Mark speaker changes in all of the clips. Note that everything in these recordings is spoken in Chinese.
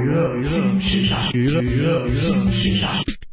Speaker 1: 乐新时尚，娱乐新时尚。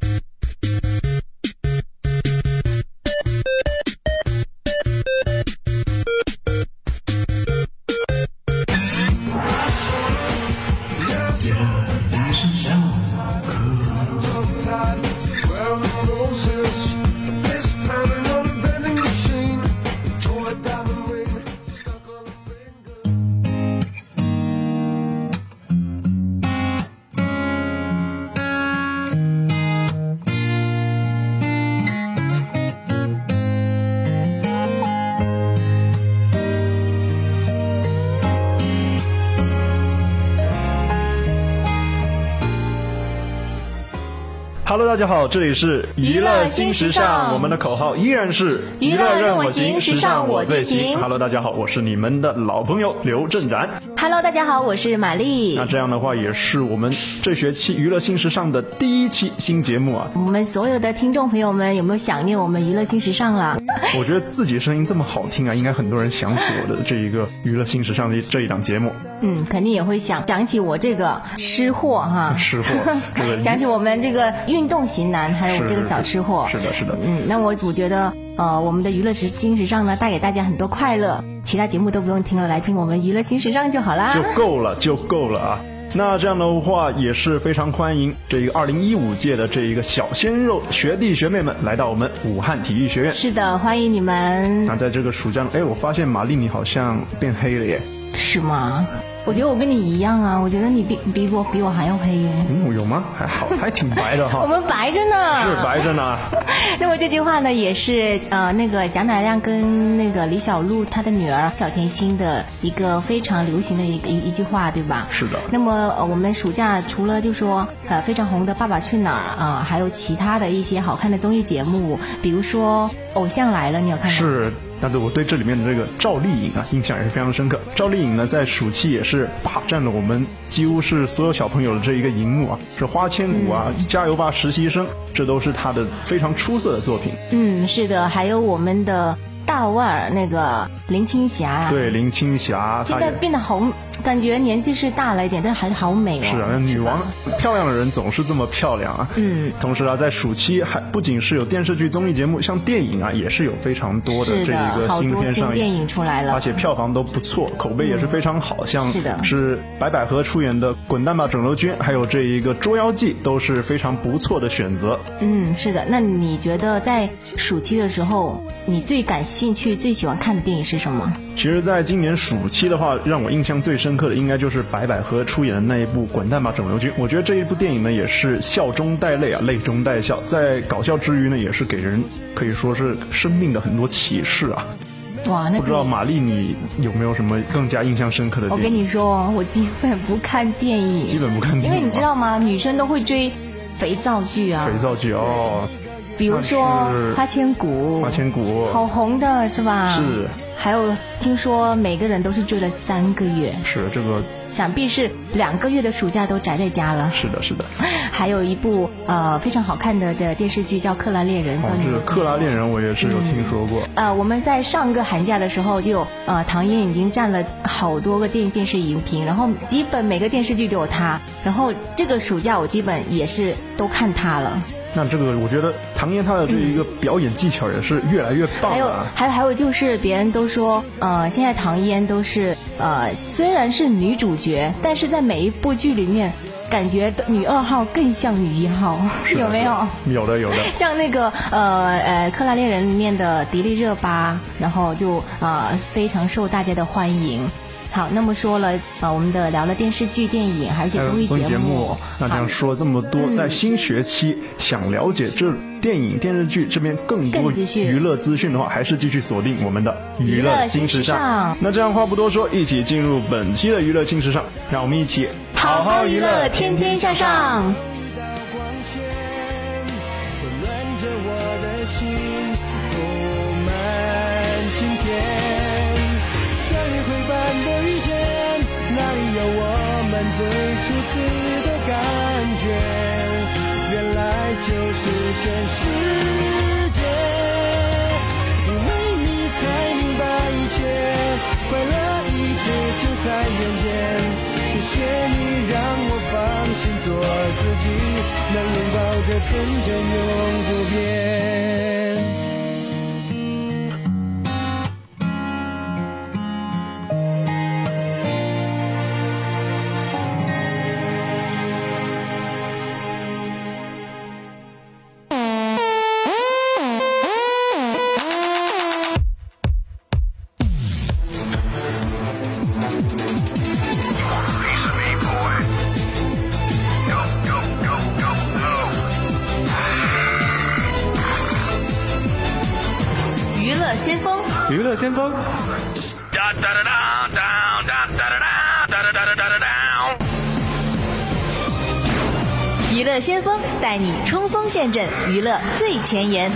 Speaker 2: Hello， 大家好，这里是娱乐新时尚，我们的口号依然是
Speaker 3: 娱乐任我行，时尚我最行。
Speaker 2: Hello， 大家好，我是你们的老朋友刘正然。
Speaker 3: Hello， 大家好，我是玛丽。
Speaker 2: 那这样的话，也是我们这学期娱乐新时尚的第一期新节目啊。
Speaker 3: 我们所有的听众朋友们，有没有想念我们娱乐新时尚了？
Speaker 2: 我觉得自己声音这么好听啊，应该很多人想起我的这一个娱乐新时尚的这一档节目。
Speaker 3: 肯定也会想起我这个吃货哈，
Speaker 2: 吃货，
Speaker 3: 想起我们这个运动型男，还有我这个小吃货。
Speaker 2: 是的。
Speaker 3: 那我觉得我们的娱乐新时尚呢，带给大家很多快乐，其他节目都不用听了，来听我们娱乐新时尚就好啦，
Speaker 2: 就够了啊。那这样的话也是非常欢迎这一个2015届的这一个小鲜肉学弟学妹们来到我们武汉体育学院。
Speaker 3: 是的，欢迎你们。
Speaker 2: 那在这个暑假，我发现玛丽你好像变黑了耶。
Speaker 3: 是吗？我觉得我跟你一样啊，我觉得你比我还要黑耶。
Speaker 2: 有吗？还好，还挺白的哈。
Speaker 3: 我们白着呢。
Speaker 2: 是白着呢。
Speaker 3: 那么这句话呢，也是那个蒋乃亮跟那个李小璐她的女儿小甜心的一个非常流行的一句话，对吧？
Speaker 2: 是的。
Speaker 3: 那么我们暑假除了就说非常红的《爸爸去哪儿》还有其他的一些好看的综艺节目，比如说《偶像来了》，你有看吗？
Speaker 2: 是。但是我对这里面的这个赵丽颖印象也是非常深刻。赵丽颖呢，在暑期也是霸占了我们几乎是所有小朋友的这一个荧幕啊，是花千骨啊，加油吧实习生，这都是她的非常出色的作品。
Speaker 3: 是的，还有我们的大腕儿那个林青霞。
Speaker 2: 对，林青霞
Speaker 3: 现在变得好，感觉年纪是大了一点，但是还是好美哦。
Speaker 2: 是啊，女王漂亮的人总是这么漂亮啊。同时啊，在暑期还不仅是有电视剧综艺节目，像电影啊也是有非常多的这一个新片上映，
Speaker 3: 电影出来了，
Speaker 2: 而且票房都不错，口碑也是非常好。像是白百合出演的《滚蛋吧肿瘤君》，还有这一个《捉妖记》都是非常不错的选择。
Speaker 3: 是的。那你觉得在暑期的时候，你最感兴趣、最喜欢看的电影是什么？
Speaker 2: 其实在今年暑期的话，让我印象最深刻的应该就是白百合出演的那一部《滚蛋吧肿瘤君》。我觉得这一部电影呢，也是笑中带泪啊，泪中带笑，在搞笑之余呢，也是给人可以说是生命的很多启示啊。
Speaker 3: 哇，那
Speaker 2: 不知道玛丽你有没有什么更加印象深刻的电影？
Speaker 3: 我跟你说，我基本不看电影，因为你知道吗？女生都会追肥皂剧啊。
Speaker 2: 肥皂剧哦。
Speaker 3: 比如说花千骨，好红的是吧？
Speaker 2: 是。
Speaker 3: 还有听说每个人都是追了3个月。
Speaker 2: 是这个。
Speaker 3: 想必是2个月的暑假都宅在家了。
Speaker 2: 是的。
Speaker 3: 还有一部非常好看的电视剧叫《克拉恋人》。
Speaker 2: 这个《克拉恋人》我也是有听说过。
Speaker 3: 我们在上个寒假的时候就唐嫣已经占了好多个电视荧屏，然后基本每个电视剧都有她，然后这个暑假我基本也是都看她了。
Speaker 2: 那这个我觉得唐嫣她的这一个表演技巧也是越来越棒了。
Speaker 3: 还有就是别人都说现在唐嫣都是虽然是女主角，但是在每一部剧里面感觉女2号更像女1号，有没有？
Speaker 2: 有的。
Speaker 3: 像那个克拉恋人里面的迪丽热巴，然后就非常受大家的欢迎。好，那么说了我们聊了电视剧、电影，还有一些综艺节目。
Speaker 2: 那这样说了这么多，在新学期想了解这电影、电视剧这边更多娱乐资讯的话，还是继续锁定我们的娱乐新时尚。那这样话不多说，一起进入本期的娱乐新时尚，让我们一起
Speaker 3: 好好娱乐，天天向上。
Speaker 4: 最初次的感觉，原来就是全世界，因为你才明白一切，快乐一直就在眼前，谢谢你让我放的纯真永不变。
Speaker 2: 娱乐先锋，
Speaker 5: 娱乐先锋带你冲锋陷阵，娱乐最前沿。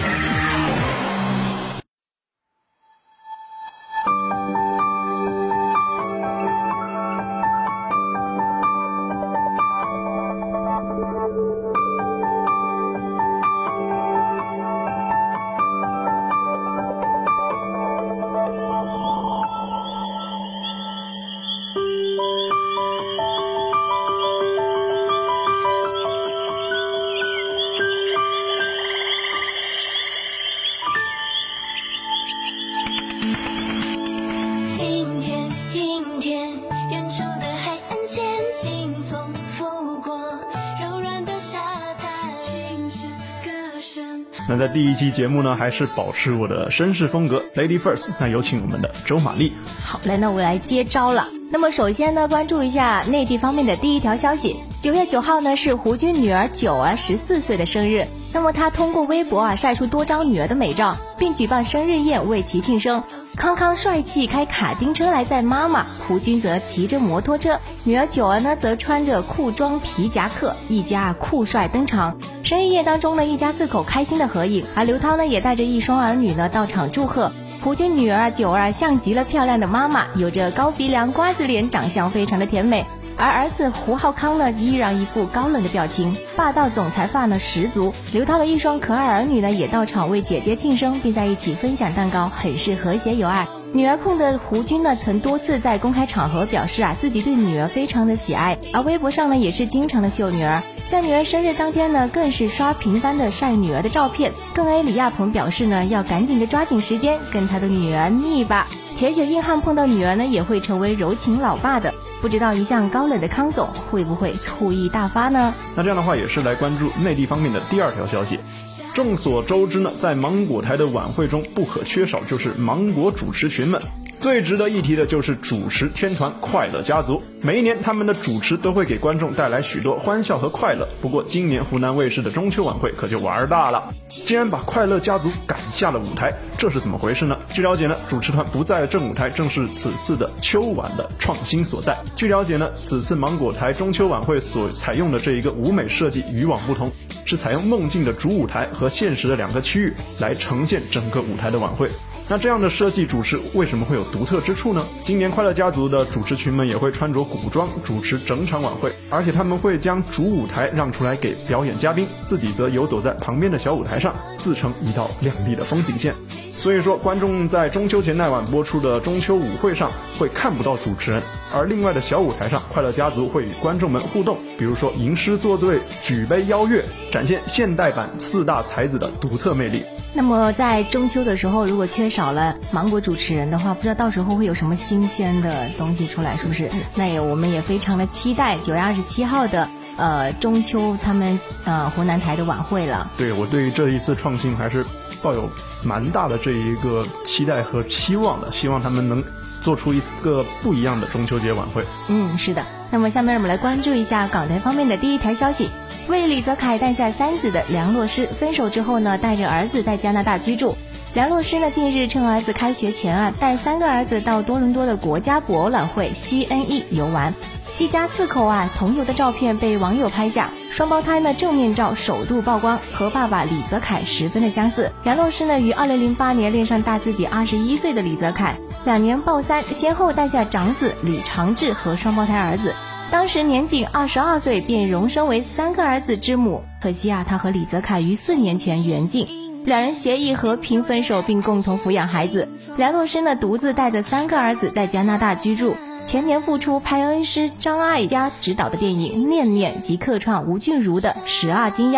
Speaker 2: 那在第一期节目呢，还是保持我的绅士风格 Lady First。 那有请我们的周玛丽。
Speaker 3: 好嘞，那我来接招了。那么首先呢，关注一下内地方面的第一条消息。9月9号呢是胡军女儿九儿14岁的生日。那么她通过微博晒出多张女儿的美照，并举办生日宴为其庆生。康康帅气开卡丁车来载妈妈，胡军则骑着摩托车，女儿九儿呢则穿着裤装皮夹克，一家酷帅登场。生日宴当中呢，一家4口开心的合影，而刘涛呢也带着一双儿女呢到场祝贺。胡军女儿九儿像极了漂亮的妈妈，有着高鼻梁瓜子脸，长相非常的甜美。而儿子胡浩康呢依然一副高冷的表情，霸道总裁范呢十足。刘涛的一双可爱儿女呢也到场为姐姐庆生，并在一起分享蛋糕，很是和谐有爱。女儿控的胡军呢曾多次在公开场合表示自己对女儿非常的喜爱，而微博上呢也是经常的秀女儿。在女儿生日当天呢，更是刷频繁的晒女儿的照片。更 A 李亚鹏表示呢，要赶紧的抓紧时间跟他的女儿腻吧。铁血硬汉碰到女儿呢，也会成为柔情老爸的。不知道一向高冷的康总会不会醋意大发呢？
Speaker 2: 那这样的话，也是来关注内地方面的第二条消息。众所周知呢，在芒果台的晚会中不可缺少就是芒果主持群们。最值得一提的就是主持天团快乐家族，每一年他们的主持都会给观众带来许多欢笑和快乐。不过今年湖南卫视的中秋晚会可就玩大了，竟然把快乐家族赶下了舞台，这是怎么回事呢？据了解呢，主持团不在正舞台正是此次的秋晚的创新所在。据了解呢，此次芒果台中秋晚会所采用的这一个舞美设计与往不同，是采用梦境的主舞台和现实的2个区域来呈现整个舞台的晚会。那这样的设计主持为什么会有独特之处呢？今年快乐家族的主持群们也会穿着古装主持整场晚会，而且他们会将主舞台让出来给表演嘉宾，自己则游走在旁边的小舞台上，自成一道亮丽的风景线。所以说，观众在中秋前那晚播出的中秋舞会上会看不到主持人，而另外的小舞台上，快乐家族会与观众们互动，比如说吟诗作对、举杯邀月，展现现代版4大才子的独特魅力。
Speaker 3: 那么在中秋的时候，如果缺少了芒果主持人的话，不知道到时候会有什么新鲜的东西出来，是不是？那我们也非常的期待9月27号的中秋他们湖南台的晚会了。对，
Speaker 2: 我对于这一次创新还是抱有蛮大的这一个期待和期望的，希望他们能做出一个不一样的中秋节晚会。
Speaker 3: 是的。那么下面我们来关注一下港台方面的第一条消息。为李泽楷诞下3子的梁洛施分手之后呢，带着儿子在加拿大居住。梁洛施呢近日趁儿子开学前带3个儿子到多伦多的国家博览会 CNE 游玩。一家4口同游的照片被网友拍下，双胞胎呢正面照首度曝光，和爸爸李泽楷十分的相似。梁洛施呢于2008年恋上大自己21岁的李泽楷，2年抱3，先后诞下长子李长志和双胞胎儿子。当时年仅22岁便荣升为3个儿子之母。可惜他和李泽楷于4年前缘尽，2人协议和平分手，并共同抚养孩子。梁洛施呢独自带着3个儿子在加拿大居住。前年复出拍恩师张艾嘉执导的电影《念念》及客串吴俊如的《十二金鸭》，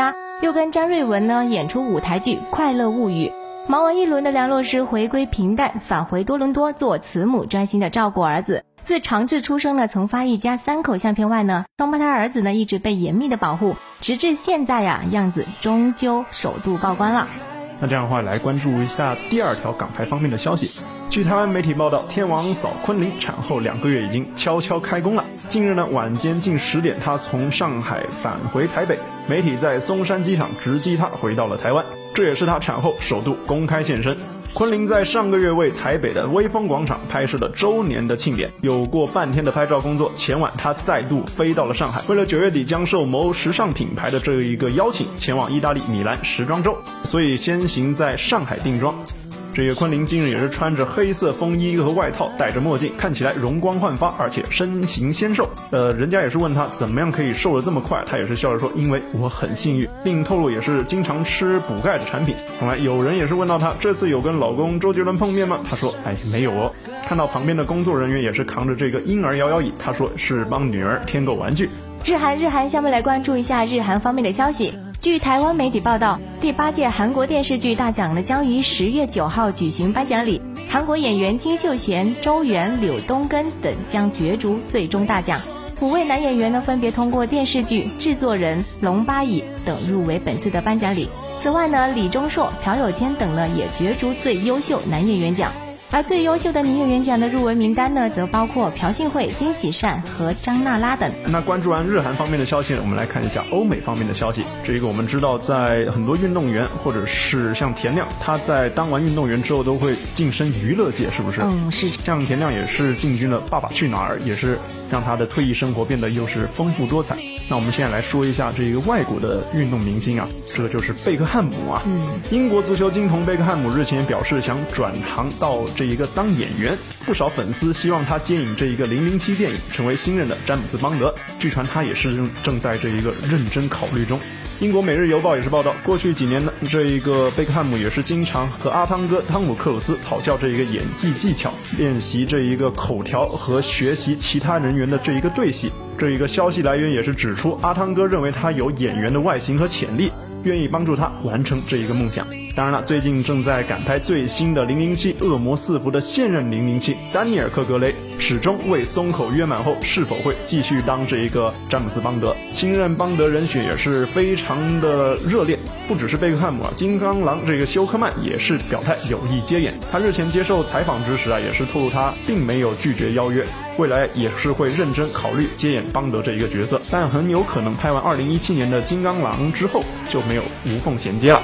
Speaker 3: 又跟张瑞文呢演出舞台剧《快乐物语》。忙完一轮的梁洛施回归平淡，返回多伦多做慈母，专心的照顾儿子。自长治出生呢，曾发一家3口相片外呢，双胞胎儿子呢一直被严密的保护，直至现在呀，样子终究首度告关了。
Speaker 2: 那这样的话，来关注一下第2条港台方面的消息。据台湾媒体报道，天王嫂昆凌产后2个月已经悄悄开工了。近日呢，晚间近10点，她从上海返回台北，媒体在松山机场直击她回到了台湾，这也是她产后首度公开现身。昆凌在上个月为台北的威风广场拍摄了周年的庆典，有过半天的拍照工作。前晚她再度飞到了上海，为了9月底将受某时尚品牌的这一个邀请，前往意大利米兰时装周，所以先行在上海定妆。这个昆凌今日也是穿着黑色风衣和外套，戴着墨镜，看起来容光焕发，而且身形纤瘦。人家也是问她怎么样可以瘦得这么快，她也是笑着说因为我很幸运，并透露也是经常吃补钙的产品。另外有人也是问到她这次有跟老公周杰伦碰面吗？她说没有哦。看到旁边的工作人员也是扛着这个婴儿摇摇椅，她说是帮女儿添购玩具。
Speaker 3: 日韩，下面来关注一下日韩方面的消息。据台湾媒体报道，第8届韩国电视剧大奖呢将于10月9号举行颁奖礼，韩国演员金秀贤、周元、柳东根等将角逐最终大奖。5位男演员呢分别通过电视剧、制作人、龙巴乙等入围本次的颁奖礼。此外呢，李钟硕、朴有天等呢也角逐最优秀男演员奖。而最优秀的女演员奖的入围名单呢，则包括朴信惠、金喜善和张娜拉等。
Speaker 2: 那关注完日韩方面的消息，我们来看一下欧美方面的消息。这个我们知道，在很多运动员或者是像田亮，他在当完运动员之后都会晋升娱乐界，是不是？
Speaker 3: 是。
Speaker 2: 像田亮也是进军了《爸爸去哪儿》，也是让他的退役生活变得又是丰富多彩。那我们现在来说一下这个外国的运动明星啊，这就是贝克汉姆啊。英国足球金童贝克汉姆日前表示想转行到这一个当演员，不少粉丝希望他接引这一个007电影，成为新任的詹姆斯邦德。据传他也是正在这一个认真考虑中。英国每日邮报也是报道，过去几年呢，这一个贝克汉姆也是经常和阿汤哥汤姆克鲁斯讨教这一个演技技巧，练习这一个口条和学习其他人员的这一个对戏。这一个消息来源也是指出，阿汤哥认为他有演员的外形和潜力，愿意帮助他完成这一个梦想。当然了，最近正在赶拍最新的007恶魔4伏的现任007丹尼尔·克格雷始终未松口约满后，是否会继续当这一个詹姆斯邦德？新任邦德人选也是非常的热烈，不只是贝克汉姆啊，金刚狼这个休克曼也是表态有意接演。他日前接受采访之时啊，也是透露他并没有拒绝邀约，未来也是会认真考虑接演邦德这一个角色，但很有可能拍完2017年的金刚狼之后就没有无缝衔接了。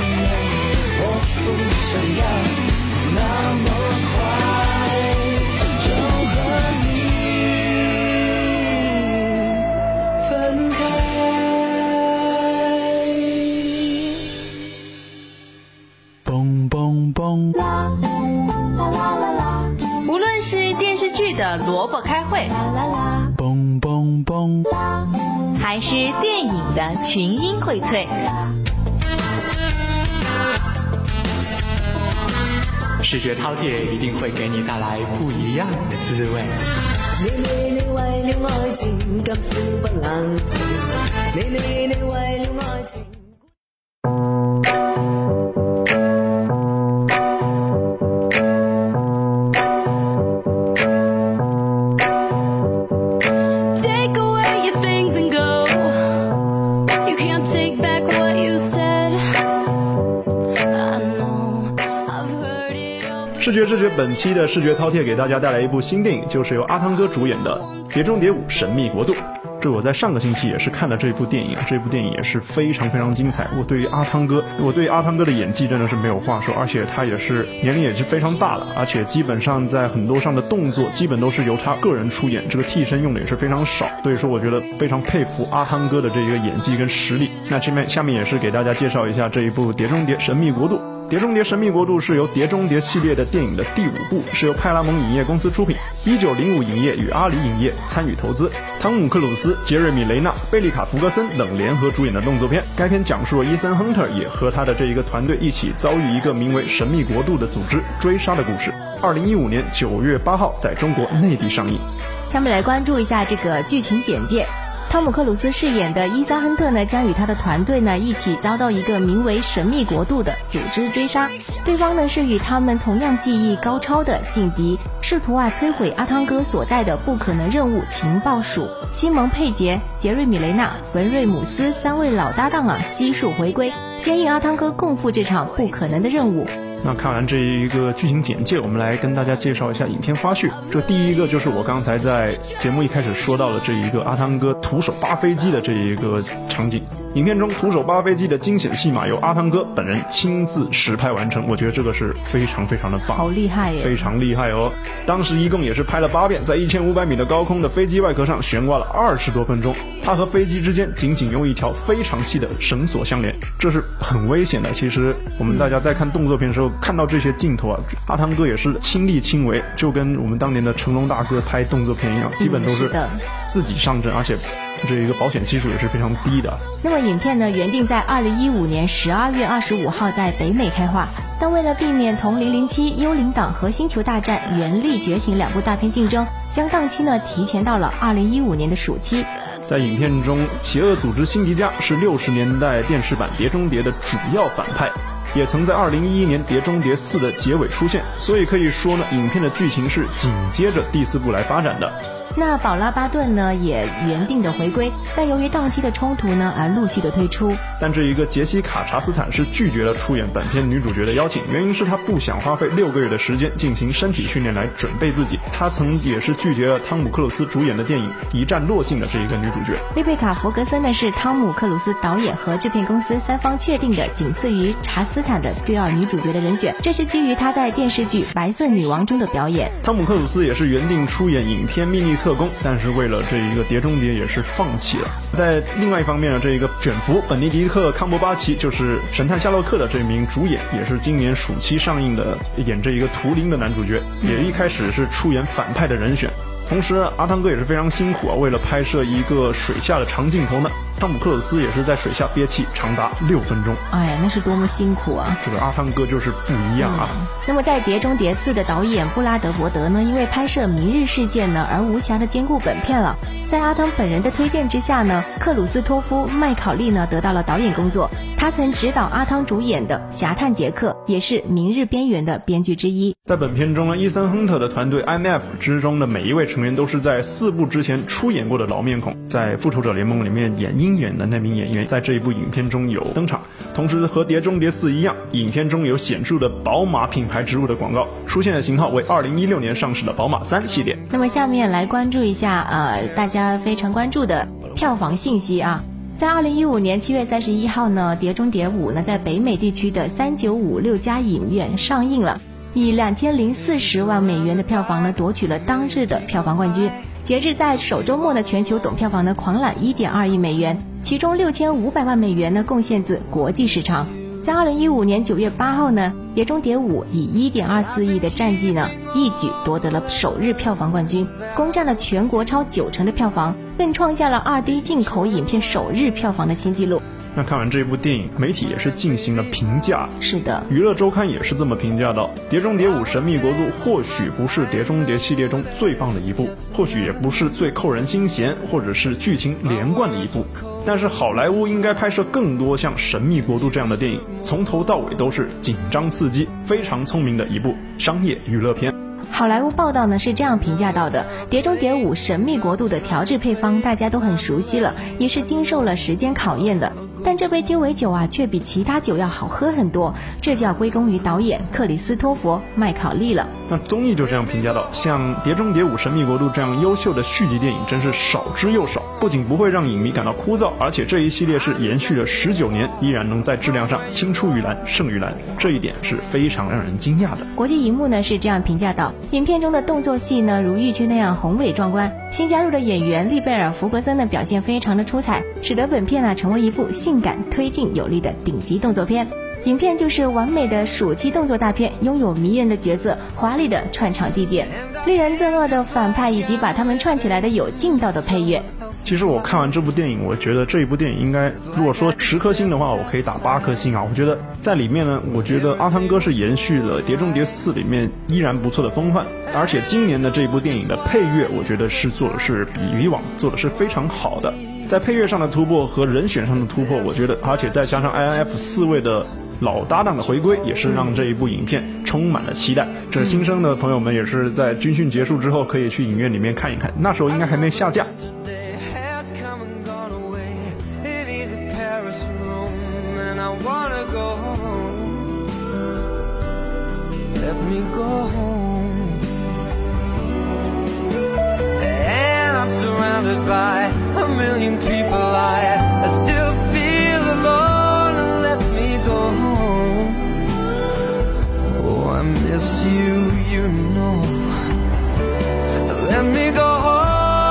Speaker 4: 想要那么快。
Speaker 3: 萝卜开会，
Speaker 1: 嘣嘣嘣，
Speaker 5: 还是电影的群英荟萃。
Speaker 1: 视觉饕餮一定会给你带来不一样的滋味。
Speaker 6: 你為了愛情今宵不冷靜，你為了愛情。
Speaker 2: 视觉知觉本期的视觉饕餮给大家带来一部新电影，就是由阿汤哥主演的《碟中谍5：神秘国度》。这我在上个星期也是看了这部电影，这部电影也是非常非常精彩。我对阿汤哥的演技真的是没有话说，而且他也是年龄也是非常大了，而且基本上在很多上的动作基本都是由他个人出演，这个替身用的也是非常少，所以说我觉得非常佩服阿汤哥的这个演技跟实力。那下面也是给大家介绍一下这一部《碟中谍：神秘国度》。《碟中谍：神秘国度》是由碟中谍系列的电影的第5部，是由派拉蒙影业公司出品，1905影业与阿里影业参与投资，汤姆克鲁斯、杰瑞米雷纳、贝利卡福格森等联合主演的动作片。该片讲述了伊森亨特也和他的这一个团队一起遭遇一个名为神秘国度的组织追杀的故事。2015年9月8号在中国内地上映。
Speaker 3: 下面来关注一下这个剧情简介。汤姆克鲁斯饰演的伊萨亨特呢，将与他的团队呢一起遭到一个名为神秘国度的组织追杀，对方呢是与他们同样技艺高超的劲敌，试图摧毁阿汤哥所在的不可能任务情报署。西蒙佩杰、杰瑞米雷纳、文瑞姆斯3位老搭档悉数回归，接应阿汤哥共赴这场不可能的任务。
Speaker 2: 那看完这一个剧情简介，我们来跟大家介绍一下影片花絮。这第一个就是我刚才在节目一开始说到的这一个阿汤哥徒手扒飞机的这一个场景。影片中徒手扒飞机的惊险戏码由阿汤哥本人亲自实拍完成，我觉得这个是非常非常的棒，
Speaker 3: 好厉害耶，
Speaker 2: 非常厉害哦。当时一共也是拍了8遍，在1500米的高空的飞机外壳上悬挂了20多分钟，他和飞机之间仅仅用一条非常细的绳索相连，这是很危险的。其实我们大家在看动作片的时候看到这些镜头阿汤哥也是亲力亲为，就跟我们当年的成龙大哥拍动作片一样，基本都是自己上阵，而且这一个保险系数也是非常低的。
Speaker 3: 那么影片呢原定在2015年12月25号在北美开画，但为了避免同007、幽灵党和星球大战、原力觉醒2部大片竞争，将档期呢提前到了2015年的暑期。
Speaker 2: 在影片中，邪恶组织辛迪加是60年代电视版《碟中谍》的主要反派，也曾在2011年《碟中谍4》的结尾出现，所以可以说呢，影片的剧情是紧接着第4部来发展的。
Speaker 3: 那宝拉巴顿呢也原定的回归，但由于档期的冲突呢而陆续的推出。
Speaker 2: 但这一个杰西卡查斯坦是拒绝了出演本片女主角的邀请，原因是她不想花费6个月的时间进行身体训练来准备自己。她曾也是拒绝了汤姆克鲁斯主演的电影《一战落尽》的这一个女主角。
Speaker 3: 丽贝卡·福格森呢是汤姆克鲁斯导演和制片公司3方确定的仅次于查斯坦的第2女主角的人选，这是基于她在电视剧《白色女王》中的表演。
Speaker 2: 汤姆克鲁斯也是原定出演影片《秘密特工》，但是为了这一个碟中谍也是放弃了。在另外一方面呢，这一个卷福本尼迪克·康伯巴奇就是神探夏洛克的这名主演，也是今年暑期上映的演这一个图灵的男主角，也一开始是出演反派的人选。同时阿汤哥也是非常辛苦为了拍摄一个水下的长镜头呢，汤姆克鲁斯也是在水下憋气长达6分钟。
Speaker 3: 哎呀，那是多么辛苦啊！
Speaker 2: 这个阿汤哥就是不一样啊。
Speaker 3: 那么在《碟中谍4》的导演布拉德伯德呢，因为拍摄明日事件呢而无暇的兼顾本片了。在阿汤本人的推荐之下呢，克鲁斯托夫麦考利呢得到了导演工作。他曾指导阿汤主演的《侠探杰克》，也是《明日边缘》的编剧之一。
Speaker 2: 在本片中呢，伊森亨特的团队 IMF 之中的每一位成员都是在4部之前出演过的老面孔。在《复仇者联盟》里面演鹰眼的那名演员在这一部影片中有登场，同时和《碟中谍4》一样，影片中有显著的宝马品牌植入的广告，出现的型号为2016年上市的宝马3系列。
Speaker 3: 那么下面来关注一下大家非常关注的票房信息啊。在2015年7月31号呢，《碟中谍5》呢在北美地区的3956家影院上映了，以2040万美元的票房呢夺取了当日的票房冠军。截至在首周末的全球总票房呢狂揽1.2亿美元，其中6500万美元呢贡献自国际市场。 在2015年9月8号呢，《碟中谍5》以1.24亿的战绩呢，一举夺得了首日票房冠军，攻占了全国超90%的票房，更创下了2D 进口影片首日票房的新纪录。
Speaker 2: 那看完这部电影，媒体也是进行了评价。
Speaker 3: 是的，
Speaker 2: 娱乐周刊也是这么评价的：碟中谍5神秘国度或许不是碟中谍系列中最棒的一部，或许也不是最扣人心弦或者是剧情连贯的一部，但是好莱坞应该拍摄更多像神秘国度这样的电影，从头到尾都是紧张刺激，非常聪明的一部商业娱乐片。
Speaker 3: 好莱坞报道呢是这样评价到的：碟中谍5神秘国度的调制配方大家都很熟悉了，也是经受了时间考验的，但这杯鸡尾酒啊却比其他酒要好喝很多，这就要归功于导演克里斯托弗·麦考利了。
Speaker 2: 那综艺就这样评价到，像碟中谍5神秘国度这样优秀的续集电影真是少之又少，不仅不会让影迷感到枯燥，而且这一系列是延续了19年，依然能在质量上青出于蓝胜于蓝，这一点是非常让人惊讶的。
Speaker 3: 国际荧幕呢是这样评价到，影片中的动作戏呢如预期那样宏伟壮观，新加入的演员利贝尔·福格森的表现非常的出彩，使得本片呢成为一部性感推进有力的顶级动作片。影片就是完美的暑期动作大片，拥有迷人的角色、华丽的串场地点、令人憎恶的反派，以及把他们串起来的有劲道的配乐。
Speaker 2: 其实我看完这部电影，我觉得这一部电影应该，如果说10颗星的话，我可以打8颗星啊。我觉得在里面呢，我觉得阿汤哥是延续了《碟中谍4》里面依然不错的风范，而且今年的这部电影的配乐，我觉得是做的是比以往做的是非常好的。在配乐上的突破和人选上的突破，我觉得，而且再加上 INF 4位的老搭档的回归，也是让这一部影片充满了期待。这新生的朋友们也是在军训结束之后可以去影院里面看一看，那时候应该还没下架。
Speaker 4: Surrounded by a million people, I still feel alone. Let me go home. Oh, I miss you, you know. Let me go home.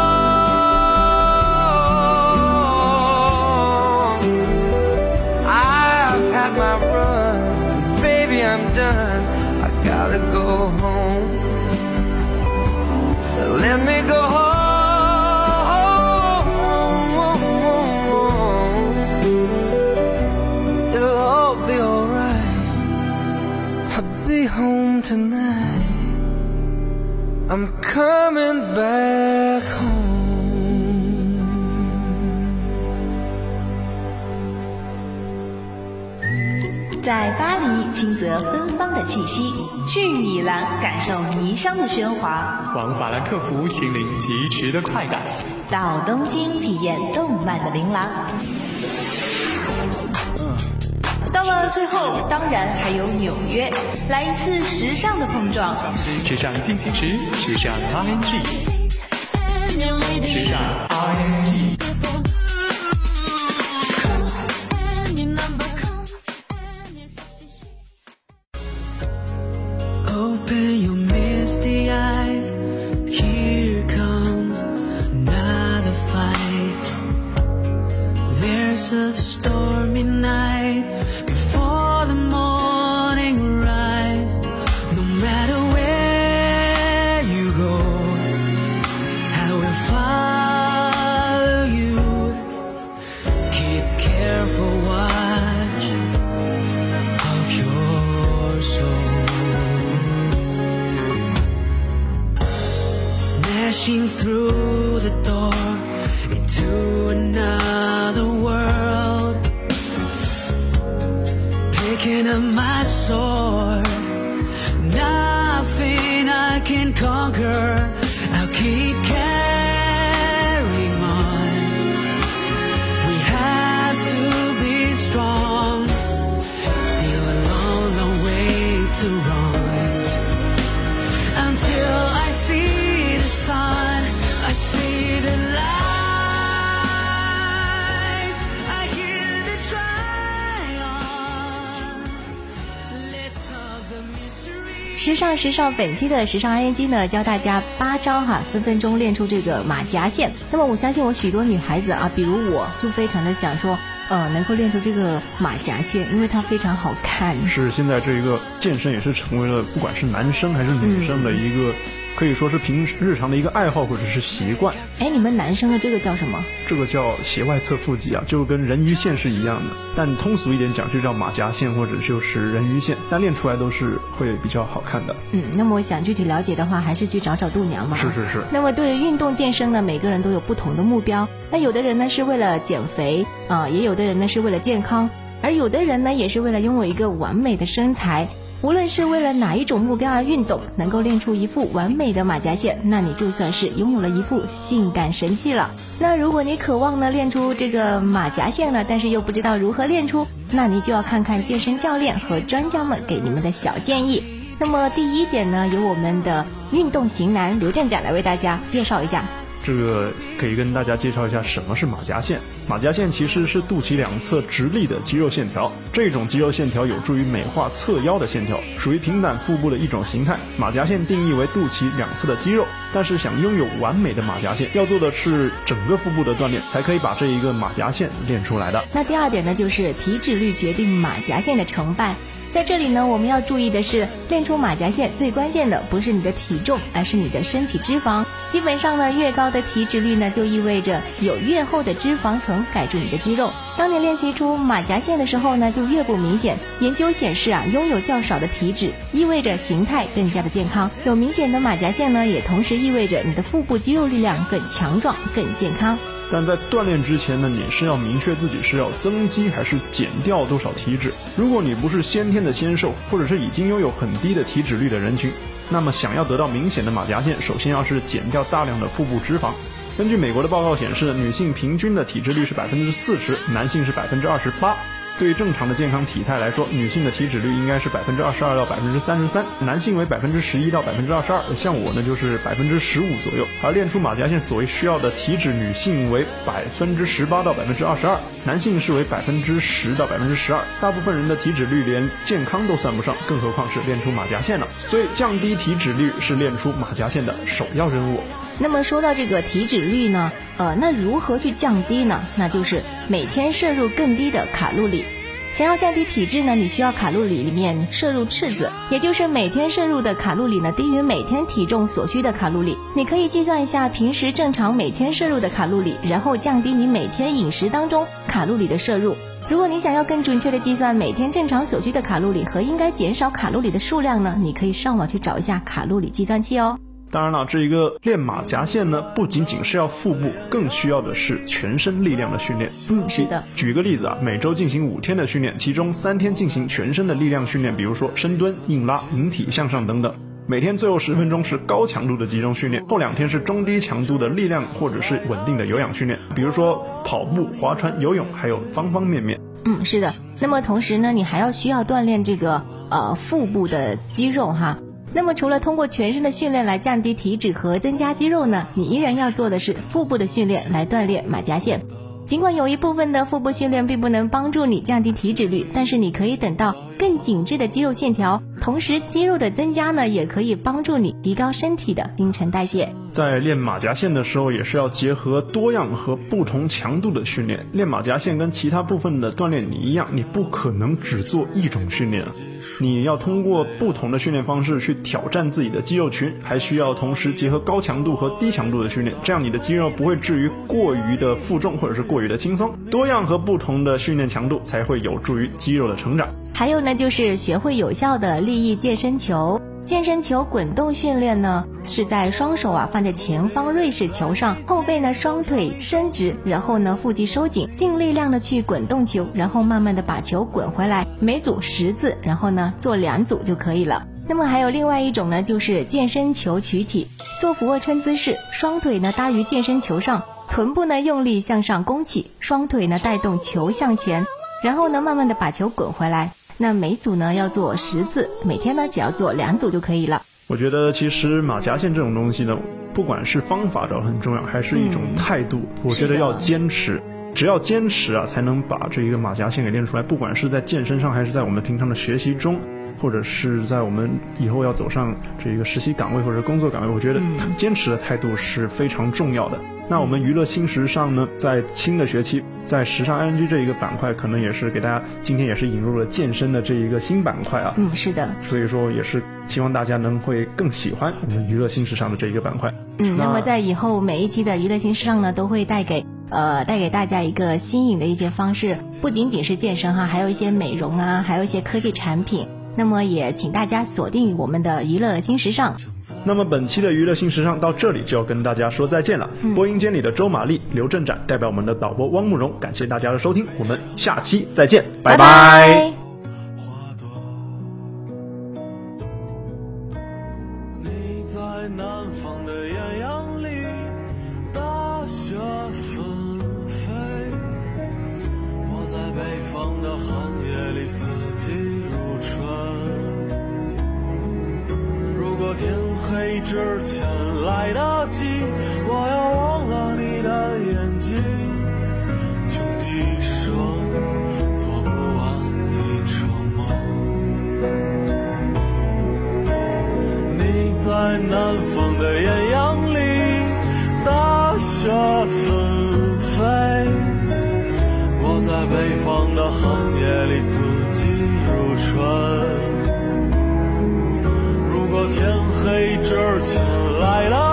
Speaker 4: I've had my run, baby, I'm done. I gotta go home. Let me go home. Home tonight, I'm coming back home.
Speaker 5: 在巴黎轻则芬芳的气息，去米兰感受霓裳的喧哗，
Speaker 1: 往法兰克福心灵疾驰的快感，
Speaker 5: 到东京体验动漫的琳琅。到了最后，当然还有纽约，来一次时尚的碰撞。
Speaker 1: 时尚进行时，时尚 ING， 时尚 ING。
Speaker 4: Open your misty eyes. Here comes another fight. There's a stormy night before the morning rise. No matter where you go, I will follow you. Keep careful watch of your soul. Smashing through the door into another world, picking up my sword. Nothing I can conquer. I'll keep carrying on. We have to be strong. Still a long, long way to run until I see the sun. I see the light.
Speaker 3: 时尚，本期的时尚 ING 呢，教大家8招哈，分分钟练出这个马甲线。那么我相信许多女孩子啊，比如我就非常的想说，能够练出这个马甲线，因为它非常好看。
Speaker 2: 是现在这个健身也是成为了不管是男生还是女生的一个。可以说是平时日常的一个爱好或者是习惯。
Speaker 3: 哎，你们男生的这个叫什么？
Speaker 2: 这个叫斜外侧腹肌啊，就跟人鱼线是一样的，但通俗一点讲就叫马甲线或者就是人鱼线，但练出来都是会比较好看的。
Speaker 3: 那么我想具体了解的话，还是去找度娘嘛。
Speaker 2: 是。
Speaker 3: 那么对于运动健身呢，每个人都有不同的目标。那有的人呢是为了减肥也有的人呢是为了健康，而有的人呢也是为了拥有一个完美的身材。无论是为了哪一种目标而运动，能够练出一副完美的马甲线，那你就算是拥有了一副性感神器了。那如果你渴望呢练出这个马甲线呢，但是又不知道如何练出，那你就要看看健身教练和专家们给你们的小建议。那么第一点呢，由我们的运动型男刘镇展来为大家介绍一下。
Speaker 2: 这个可以跟大家介绍一下什么是马甲线。马甲线其实是肚脐两侧直立的肌肉线条，这种肌肉线条有助于美化侧腰的线条，属于平坦腹部的一种形态。马甲线定义为肚脐两侧的肌肉，但是想拥有完美的马甲线，要做的是整个腹部的锻炼，才可以把这一个马甲线练出来的。
Speaker 3: 那第二点呢，就是体脂率决定马甲线的成败。在这里呢，我们要注意的是，练出马甲线最关键的不是你的体重，而是你的身体脂肪。基本上呢，越高的体脂率呢，就意味着有越厚的脂肪层盖住你的肌肉。当你练习出马甲线的时候呢，就越不明显。研究显示拥有较少的体脂，意味着形态更加的健康。有明显的马甲线呢，也同时意味着你的腹部肌肉力量更强壮、更健康。
Speaker 2: 但在锻炼之前呢，你是要明确自己是要增肌还是减掉多少体脂。如果你不是先天的纤瘦，或者是已经拥有很低的体脂率的人群，那么想要得到明显的马甲线，首先要是减掉大量的腹部脂肪。根据美国的报告显示，女性平均的体脂率是40%，男性是28%。对于正常的健康体态来说，女性的体脂率应该是22%到33%，男性为11%到22%，像我呢就是15%左右。而练出马甲线所谓需要的体脂，女性为18%到22%，男性是为10%到12%。大部分人的体脂率连健康都算不上，更何况是练出马甲线了。所以降低体脂率是练出马甲线的首要任务。
Speaker 3: 那么说到这个体脂率呢，那如何去降低呢？那就是每天摄入更低的卡路里。想要降低体脂呢，你需要卡路里里面摄入赤子，也就是每天摄入的卡路里呢低于每天体重所需的卡路里。你可以计算一下平时正常每天摄入的卡路里，然后降低你每天饮食当中卡路里的摄入。如果你想要更准确的计算每天正常所需的卡路里和应该减少卡路里的数量呢，你可以上网去找一下卡路里计算器哦。
Speaker 2: 当然了，这一个练马甲线呢，不仅仅是要腹部，更需要的是全身力量的训练。
Speaker 3: 是的。
Speaker 2: 举个例子每周进行5天的训练，其中3天进行全身的力量训练，比如说深蹲、硬拉、引体向上等等。每天最后10分钟是高强度的集中训练，后2天是中低强度的力量或者是稳定的有氧训练，比如说跑步、划船、游泳，还有方方面面。
Speaker 3: 是的。那么同时呢，你还需要锻炼这个腹部的肌肉哈。那么除了通过全身的训练来降低体脂和增加肌肉呢，你依然要做的是腹部的训练来锻炼马甲线。尽管有一部分的腹部训练并不能帮助你降低体脂率，但是你可以等到更紧致的肌肉线条，同时肌肉的增加呢，也可以帮助你提高身体的新陈代谢。
Speaker 2: 在练马甲线的时候，也是要结合多样和不同强度的训练。练马甲线跟其他部分的锻炼你一样，你不可能只做一种训练，你要通过不同的训练方式去挑战自己的肌肉群，还需要同时结合高强度和低强度的训练，这样你的肌肉不会至于过于的负重或者是过于的轻松。多样和不同的训练强度才会有助于肌肉的成长。
Speaker 3: 还有呢，就是学会有效的立意健身球。健身球滚动训练呢，是在双手放在前方瑞士球上，后背呢双腿伸直，然后呢腹肌收紧，尽力量的去滚动球，然后慢慢的把球滚回来，每组10次，然后呢做2组就可以了。那么还有另外一种呢，就是健身球取体，做俯卧撑姿势，双腿呢搭于健身球上，臀部呢用力向上弓起，双腿呢带动球向前，然后呢慢慢的把球滚回来。那每组呢要做10次，每天呢只要做2组就可以了。
Speaker 2: 我觉得其实马甲线这种东西呢，不管是方法找很重要，还是一种态度，我觉得要坚持。只要坚持才能把这一个马甲线给练出来，不管是在健身上还是在我们平常的学习中， 或者是在我们以后要走上这个实习岗位或者工作岗位，我觉得坚持的态度是非常重要的。那我们娱乐新时尚呢，在新的学期，在时尚 ING 这一个板块，可能也是给大家今天也是引入了健身的这一个新板块啊。
Speaker 3: 是的。
Speaker 2: 所以说也是希望大家能会更喜欢我们娱乐新时尚的这一个板块。
Speaker 3: 那么在以后每一期的娱乐新时尚呢，都会带给大家一个新颖的一些方式，不仅仅是健身哈，还有一些美容啊，还有一些科技产品。那么也请大家锁定我们的娱乐新时尚。
Speaker 2: 那么本期的娱乐新时尚到这里就要跟大家说再见了。播音间里的周玛丽、刘正展代表我们的导播汪慕容，感谢大家的收听，我们下期再见，拜拜。
Speaker 4: 你在南方的艳阳里，大雪纷飞，我在北方的寒夜里，四季如春。如果天黑之前来得及，我要忘了你的眼睛，穷极一生做不完一场梦。你在南方的艳阳里，大雪纷飞，我在北方的寒夜里，四季如春。如果天黑之前来了